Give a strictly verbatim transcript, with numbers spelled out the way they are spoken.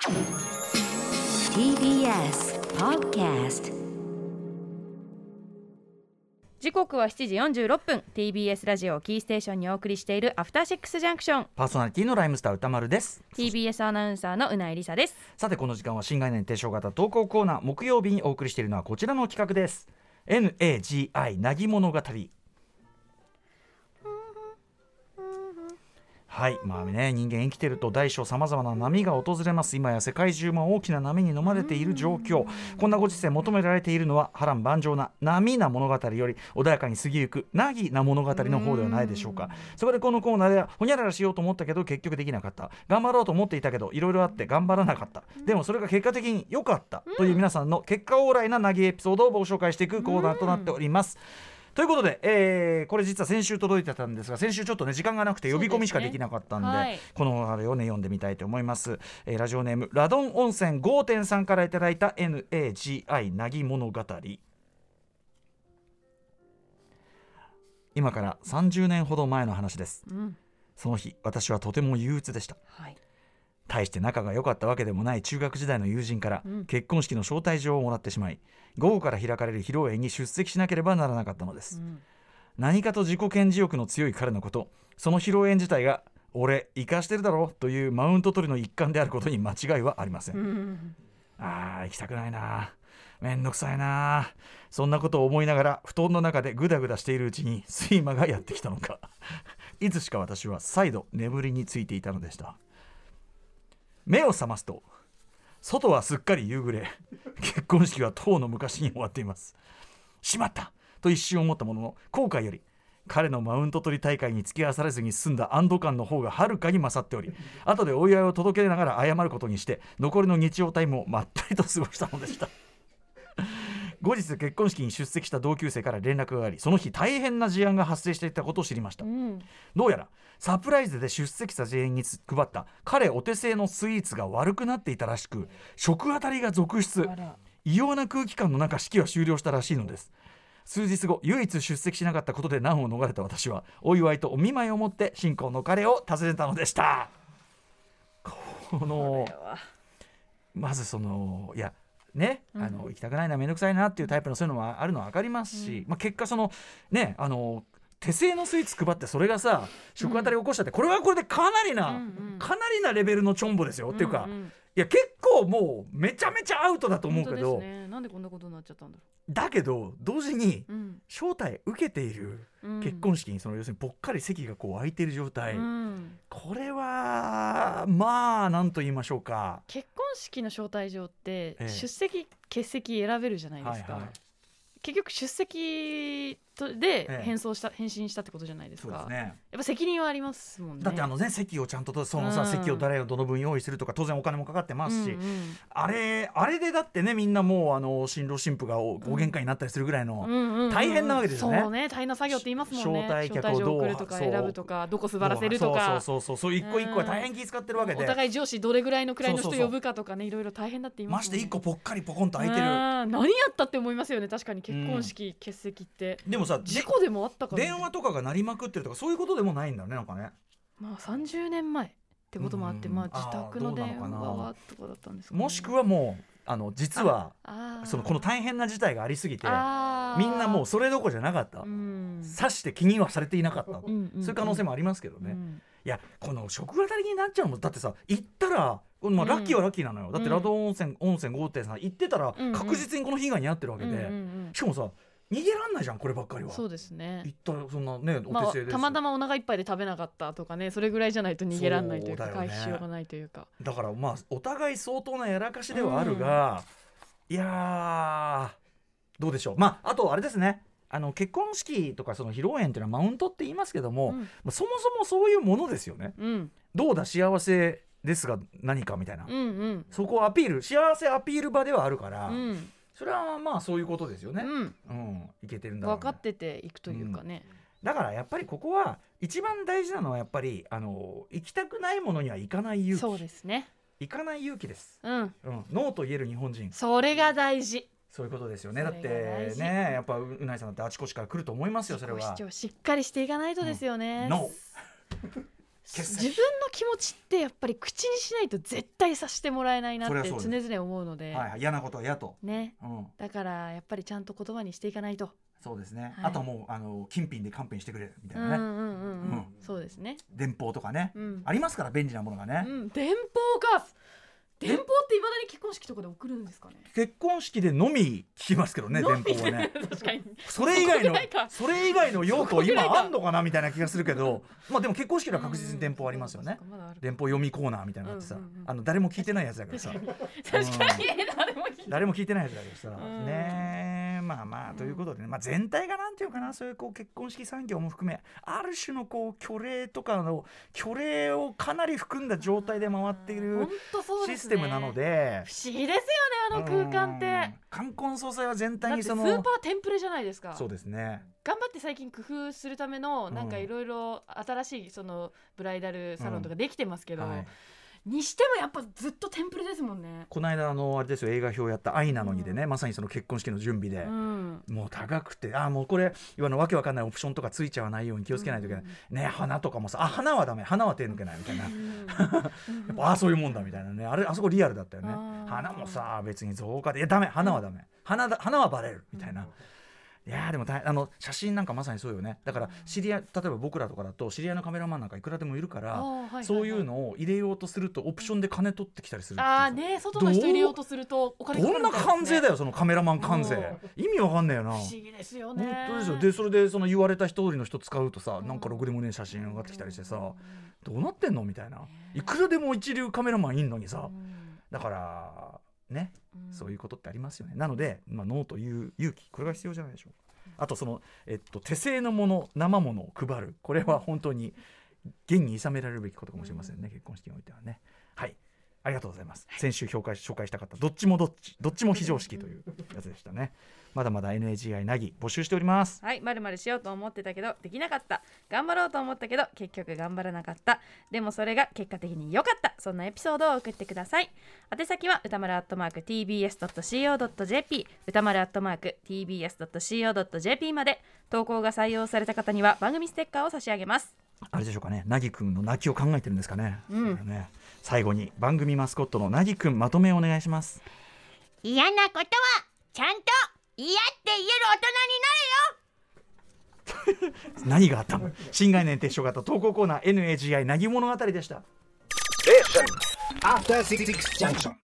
ティービーエス Podcast。 時刻はしちじよんじゅうろっぷん。 ティービーエス ラジオキーステーションにお送りしているアフターシックスジャンクション。 パーソナリティのライムスター歌丸です。 ティービーエス アナウンサーのうないりさです。 さてこの時間は新概念提唱型投稿コーナー、木曜日にお送りしているのはこちらの企画です。 ナギ なぎ物語。はい、まあね、人間生きてると大小さまざまな波が訪れます。今や世界中も大きな波に飲まれている状況。こんなご時世求められているのは波乱万丈な波な物語より穏やかに過ぎゆくなぎな物語の方ではないでしょうか。そこでこのコーナーではほにゃららしようと思ったけど結局できなかった、頑張ろうと思っていたけどいろいろあって頑張らなかった、でもそれが結果的に良かったという皆さんの結果オーライななぎエピソードをご紹介していくコーナーとなっております。ということで、えー、これ実は先週届いてたんですが、先週ちょっとね時間がなくて呼び込みしかできなかったん で, で、ねはい、このあれをね読んでみたいと思います。えー、ラジオネームラドン温泉 ごてんさん からいただいた ナギ なぎ物語。今からさんじゅうねんほど前の話です、うん、その日私はとても憂鬱でした、はい、大して仲が良かったわけでもない中学時代の友人から結婚式の招待状をもらってしまい、午後から開かれる披露宴に出席しなければならなかったのです、うん、何かと自己顕示欲の強い彼のこと、その披露宴自体が俺生かしてるだろうというマウント取りの一環であることに間違いはありません、うん、あー行きたくないな、めんどくさいな、そんなことを思いながら布団の中でグダグダしているうちに睡魔がやってきたのかいつしか私は再度眠りについていたのでした。目を覚ますと外はすっかり夕暮れ、結婚式はとうの昔に終わっています。しまったと一瞬思ったものの、後悔より彼のマウント取り大会に付き合わされずに済んだ安堵感の方がはるかに勝っており、後でお祝いを届けながら謝ることにして残りの日曜タイムをまったりと過ごしたのでした後日結婚式に出席した同級生から連絡があり、その日大変な事案が発生していたことを知りました、うん、どうやらサプライズで出席者全員に配った彼お手製のスイーツが悪くなっていたらしく、食当たりが続出。異様な空気感の中式は終了したらしいのです。数日後唯一出席しなかったことで難を逃れた私はお祝いとお見舞いを持って新婚の彼を訪ねたのでした。このまずそのいやね、うん、あの行きたくないな、めんどくさいなっていうタイプのそういうのはあるのは分かりますし、うんまあ、結果そのねあの手製のスイーツ配ってそれがさ食当たり起こしたって、これはこれでかなりな、うんうん、かなりなレベルのチョンボですよ、うんうん、っていうかいや結構もうめちゃめちゃアウトだと思うけど、 本当ですね、なんでこんなことになっちゃったんだろう。 だけど同時に招待受けている結婚式にその要するにぽっかり席がこう空いている状態、うん、これはまあなんと言いましょうか、 結婚式の招待状って出席、ええ、欠席選べるじゃないですか、はいはい、結局出席で返送した、ええ、返信したってことじゃないですか。そうですね、やっぱ責任はありますもんね。 だってあの、ね、席をちゃんとそのさ、うん、席を誰をどの分用意するとか当然お金もかかってますし、うんうん、あれあれでだってねみんなもうあの新郎新婦がお喧嘩になったりするぐらいの大変なわけですよね、 うんうんうんうん、そうね、大変な作業って言いますもんね。 招待客をどう招待状送るとか選ぶとかどこ座らせるとか、 そうそうそうそう、そう一個一個は大変気遣ってるわけで、 お互い上司どれぐらいのくらいの人呼ぶかとかね、いろいろ大変だって言いますもんね。 まして一個ぽっかりポコンと空いてる、 何やったって思いますよね。確かに結婚式欠席って、うん、 でもさ事故でもあったか、 電話とかが鳴りまくってるとかそういうことでもないんだね、なんかね。 まあさんじゅうねんまえってこともあって、まあ自宅の電話はとかだったんですかね。 もしくはもうあの実はそのこの大変な事態がありすぎてみんなもうそれどころじゃなかった、さして気にはされていなかった、うんうんうん、そういう可能性もありますけどね、うん、いやこの食当たりになっちゃうのだってさ、行ったらまあ、ラッキーはラッキーなのよ、うん、だってラド温泉、温泉 ごてんさん 行ってたら確実にこの被害に遭ってるわけで、うんうん、しかもさ逃げらんないじゃんこればっかりは。そうですね、行ったらそんなねお手製です、まあ、 たまたまお腹いっぱいで食べなかったとかね、それぐらいじゃないと逃げらんないというか、回避しようがないというか、 だからまあお互い相当なやらかしではあるが、うん、いやどうでしょう。まああとあれですね、あの結婚式とかその披露宴っていうのはマウントって言いますけども、うん、まあ、そもそもそういうものですよね、うん、どうだ幸せですが何かみたいな、うんうん、そこをアピール、幸せアピール場ではあるから、うん、それはまあそういうことですよね、うんうん、いけてるんだろうね、 分かってていくというかね、うん、 だからやっぱりここは一番大事なのはやっぱりあの行きたくないものには行かない勇気。 そうですね、 行かない勇気です、 うんうん、 ノーと言える日本人、 それが大事。 そういうことですよね。だってねやっぱうないさんだってあちこちから来ると思いますよ。それは主張しっかりしていかないとですよね、 うん、ノー自分の気持ちってやっぱり口にしないと絶対させてもらえないなって常々思うので、 はい、嫌なことは嫌と、 ね、うん、だからやっぱりちゃんと言葉にしていかないと。 そうですね、はい、あともうあの金品で勘弁してくれるみたいなね、うんうんうんうん、 そうですね、 電報とかね、うん、ありますから便利なものがね、 うん、電報か。電報っていまだに結婚式とかで送るんですかね。 結婚式でのみ聞きますけどね、電報はね。確かにそれ以外のそれ以外の用途今あんのかなみたいな気がするけど、まあでも結婚式では確実に電報ありますよね。電報読みコーナーみたいなのがあってさ、うんうんうん、あの誰も聞いてないやつだけどさ、確かに誰も聞いてないやつだけどさ、ねえ、まあまあということでね、まあ全体がなんていうかな、そういうこう結婚式産業も含めある種のこう虚礼とかの虚礼をかなり含んだ状態で回っているシステムなので、 不思議ですよね、あの空間って。 冠婚葬祭は全体にそのスーパーテンプレじゃないですか。 そうですね、 頑張って最近工夫するためのなんかいろいろ新しいそのブライダルサロンとかできてますけど、うんはい、にしてもやっぱずっとテンプレですもんね。 この間あのあれですよ、映画表やった愛なのにでね、うん、まさにその結婚式の準備で、うん、もう高くて、あもうこれ今のわけわかんないオプションとかついちゃわないように気をつけないといけない、うん、ね、花とかもさ、あ花はダメ、花は手抜けないみたいな、うん、やっぱあそういうもんだみたいなね、あれあそこリアルだったよね。花もさ別に増加でいやダメ、花はダメ、うん、花だ花はバレるみたいな、うん、いやでもあの写真なんかまさにそうよね。だから知り合い、例えば僕らとかだと知り合いのカメラマンなんかいくらでもいるから、はいはいはい、そういうのを入れようとするとオプションで金取ってきたりする。 ああね、外の人入れようとするとお金かかるみたいですね。 どんな関税だよそのカメラマン関税、意味わかんないよな。不思議ですよね。 本当ですよ。でそれでその言われた一人の人使うとさ、なんかろくでもねえ写真上がってきたりしてさ、どうなってんのみたいな、いくらでも一流カメラマンいんのにさ、だからね、そういうことってありますよね。なので、まあ、ノーという勇気、これが必要じゃないでしょうか。あとその、えっと、手製のもの、生ものを配る、これは本当に現に諌められるべきことかもしれませんね、結婚式においてはね。はい、ありがとうございます。先週紹介、紹介したかったどっちもどっちどっちも非常識というやつでしたね。まだまだ エヌエージーアイ なぎ募集しております。 はい、まるまるしようと思ってたけどできなかった、頑張ろうと思ったけど結局頑張らなかった、でもそれが結果的に良かった、そんなエピソードを送ってください。宛先は歌丸アットマーク ティービーエスドットシーオードットジェーピー 歌丸アットマーク ティービーエスドットシーオードットジェーピー まで。投稿が採用された方には番組ステッカーを差し上げます。 あれでしょうかね、なぎくんの泣きを考えてるんですかね、うんね。最後に番組マスコットのなぎくんまとめをお願いします。 嫌なことはちゃんと嫌って言える大人になれよ何があったの。新概念提唱型投稿コーナー エヌエージーアイ なぎ物語でした。